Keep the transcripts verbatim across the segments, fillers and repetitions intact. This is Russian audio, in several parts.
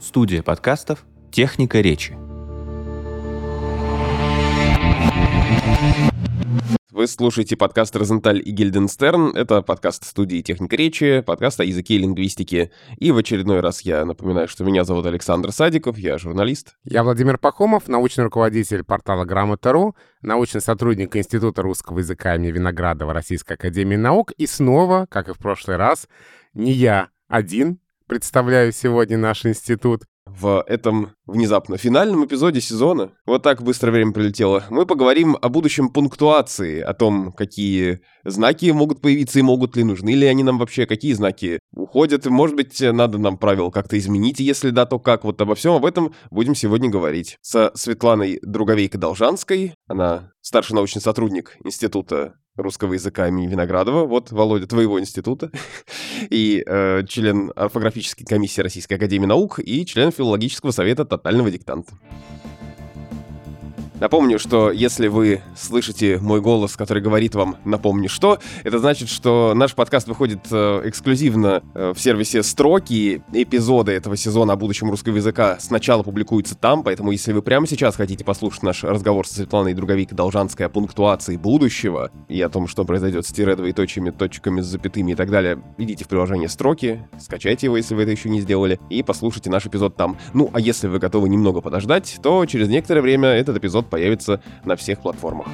Студия подкастов «Техника речи». Вы слушаете подкаст «Розенталь и Гильденстерн». Это подкаст студии «Техника речи», подкаст о языке и лингвистике. И в очередной раз я напоминаю, что меня зовут Александр Садиков, я журналист. Я Владимир Пахомов, научный руководитель портала Грамота точка ру, научный сотрудник Института русского языка имени Виноградова Российской академии наук. И снова, как и в прошлый раз, не я один представляю сегодня наш институт. В этом внезапно финальном эпизоде сезона, вот так быстро время пролетело, мы поговорим о будущем пунктуации, о том, какие знаки могут появиться и могут ли, нужны ли они нам вообще, какие знаки уходят, может быть, надо нам правила как-то изменить, если да, то как, вот обо всем об этом будем сегодня говорить со Светланой Друговейко-Должанской, она старший научный сотрудник Института русского языка имени Виноградова, вот, Володя, твоего института, и э, член орфографической комиссии Российской академии наук и член филологического совета тотального диктанта. Напомню, что если вы слышите мой голос, который говорит вам «напомни что», это значит, что наш подкаст выходит э, эксклюзивно э, в сервисе «Строки». Эпизоды этого сезона о будущем русского языка сначала публикуются там, поэтому если вы прямо сейчас хотите послушать наш разговор со Светланой Друговейко-Должанской о пунктуации будущего и о том, что произойдет с тире, двоеточиями, точками, с запятыми и так далее, идите в приложение «Строки», скачайте его, если вы это еще не сделали, и послушайте наш эпизод там. Ну, а если вы готовы немного подождать, то через некоторое время этот эпизод появится на всех платформах.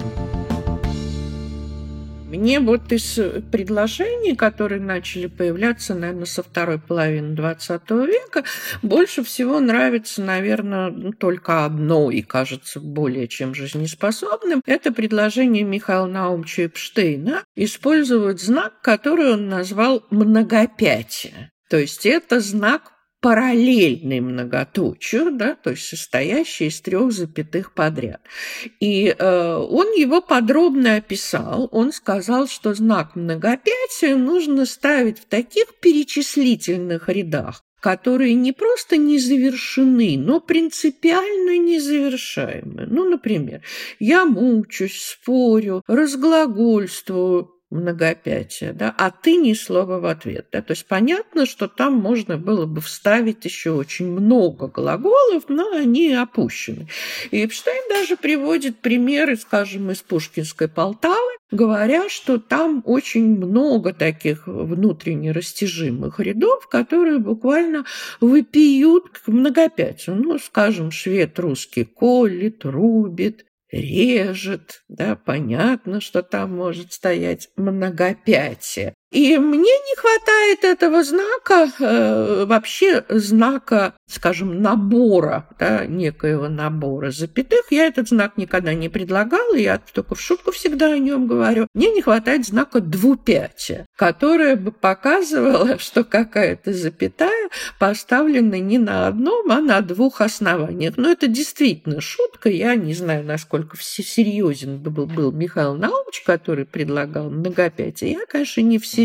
Мне вот из предложений, которые начали появляться, наверное, со второй половины двадцатого века, больше всего нравится, наверное, ну, только одно и кажется более чем жизнеспособным. Это предложение Михаила Наумовича Эпштейна использовать знак, который он назвал многопятие. То есть это знак параллельный многоточию, да, то есть состоящий из трех запятых подряд. И э, он его подробно описал. Он сказал, что знак многопятия нужно ставить в таких перечислительных рядах, которые не просто не завершены, но принципиально незавершаемы. Ну, например, я мучусь, спорю, разглагольствую, многопятие, да, а ты ни слова в ответ. Да? То есть понятно, что там можно было бы вставить еще очень много глаголов, но они опущены. И Эпштейн даже приводит примеры, скажем, из пушкинской Полтавы, говоря, что там очень много таких внутренне растяжимых рядов, которые буквально выпьют к многопятию. Ну, скажем, швед русский колет, рубит, режет, да, понятно, что там может стоять многопятие. И мне не хватает этого знака, э, вообще знака, скажем, набора, да, некоего набора запятых. Я этот знак никогда не предлагала, я только в шутку всегда о нем говорю. Мне не хватает знака двупятия, которое бы показывало, что какая-то запятая поставлена не на одном, а на двух основаниях. Но это действительно шутка. Я не знаю, насколько серьезен был, был Михаил Наумович, который предлагал многопятие. Я, конечно, не всерьез.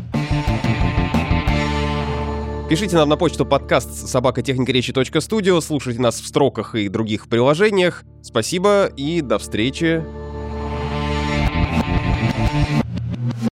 Пишите нам на почту подкаст собака техника речи точка студио, слушайте нас в строках и других приложениях. Спасибо и до встречи.